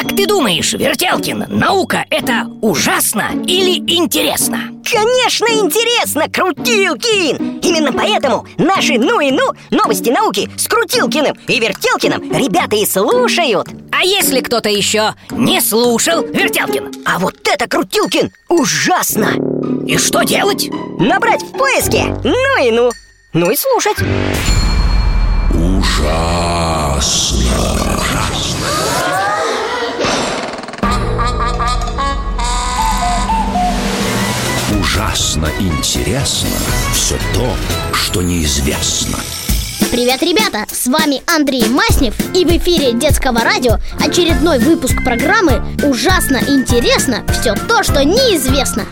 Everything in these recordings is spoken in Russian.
Как ты думаешь, Вертелкин, наука — это ужасно или интересно? Конечно, интересно, Крутилкин! Именно поэтому наши «Ну и ну» новости науки с Крутилкиным и Вертелкиным ребята и слушают. А если кто-то еще не слушал Вертелкина? А вот это, Крутилкин, ужасно! И что делать? Набрать в поиске «Ну и ну». Ну и слушать. Ужасно. Ужасно интересно все то, что неизвестно. Привет, ребята! С вами Андрей Маснев, и в эфире детского радио очередной выпуск программы «Ужасно интересно все то, что неизвестно».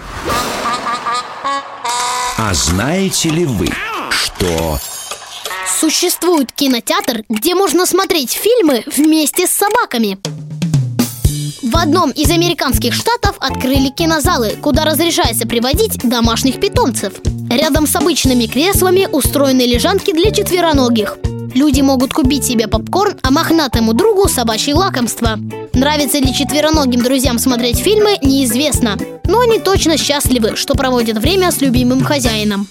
А знаете ли вы, что... Существует кинотеатр, где можно смотреть фильмы вместе с собаками. В одном из американских штатов открыли кинозалы, куда разрешается приводить домашних питомцев. Рядом с обычными креслами устроены лежанки для четвероногих. Люди могут купить себе попкорн, а мохнатому другу собачье лакомство. Нравится ли четвероногим друзьям смотреть фильмы, неизвестно. Но они точно счастливы, что проводят время с любимым хозяином.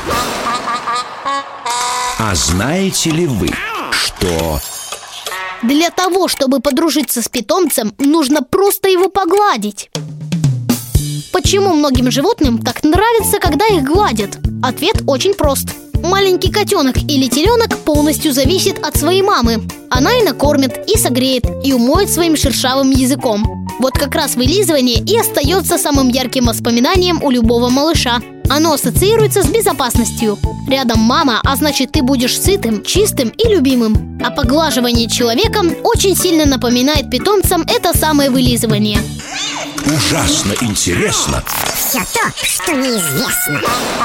А знаете ли вы, что... Для того, чтобы подружиться с питомцем, нужно просто его погладить. Почему многим животным так нравится, когда их гладят? Ответ очень прост. Маленький котенок или теленок полностью зависит от своей мамы. Она и накормит, и согреет, и умоет своим шершавым языком. Вот как раз вылизывание и остается самым ярким воспоминанием у любого малыша. Оно ассоциируется с безопасностью. Рядом мама, а значит, ты будешь сытым, чистым и любимым. А поглаживание человеком очень сильно напоминает питомцам это самое вылизывание. Ужасно интересно все то, что неизвестно.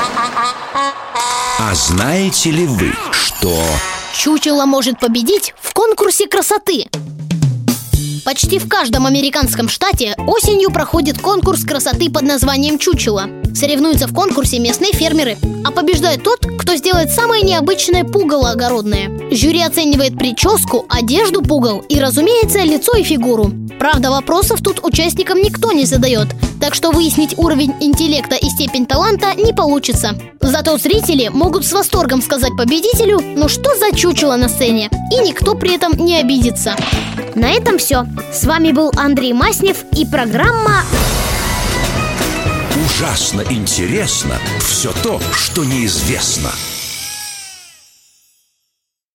А знаете ли вы, что... Чучело может победить в конкурсе красоты. Почти в каждом американском штате осенью проходит конкурс красоты под названием «Чучело». Соревнуются в конкурсе местные фермеры, а побеждает тот, кто сделает самое необычное пугало огородное. Жюри оценивает прическу, одежду пугал и, разумеется, лицо и фигуру. Правда, вопросов тут участникам никто не задает, так что выяснить уровень интеллекта и степень таланта не получится. Зато зрители могут с восторгом сказать победителю: «Ну что за чучело на сцене?» И никто при этом не обидится. На этом все. С вами был Андрей Маснев и программа Ужасно интересно все то, что неизвестно.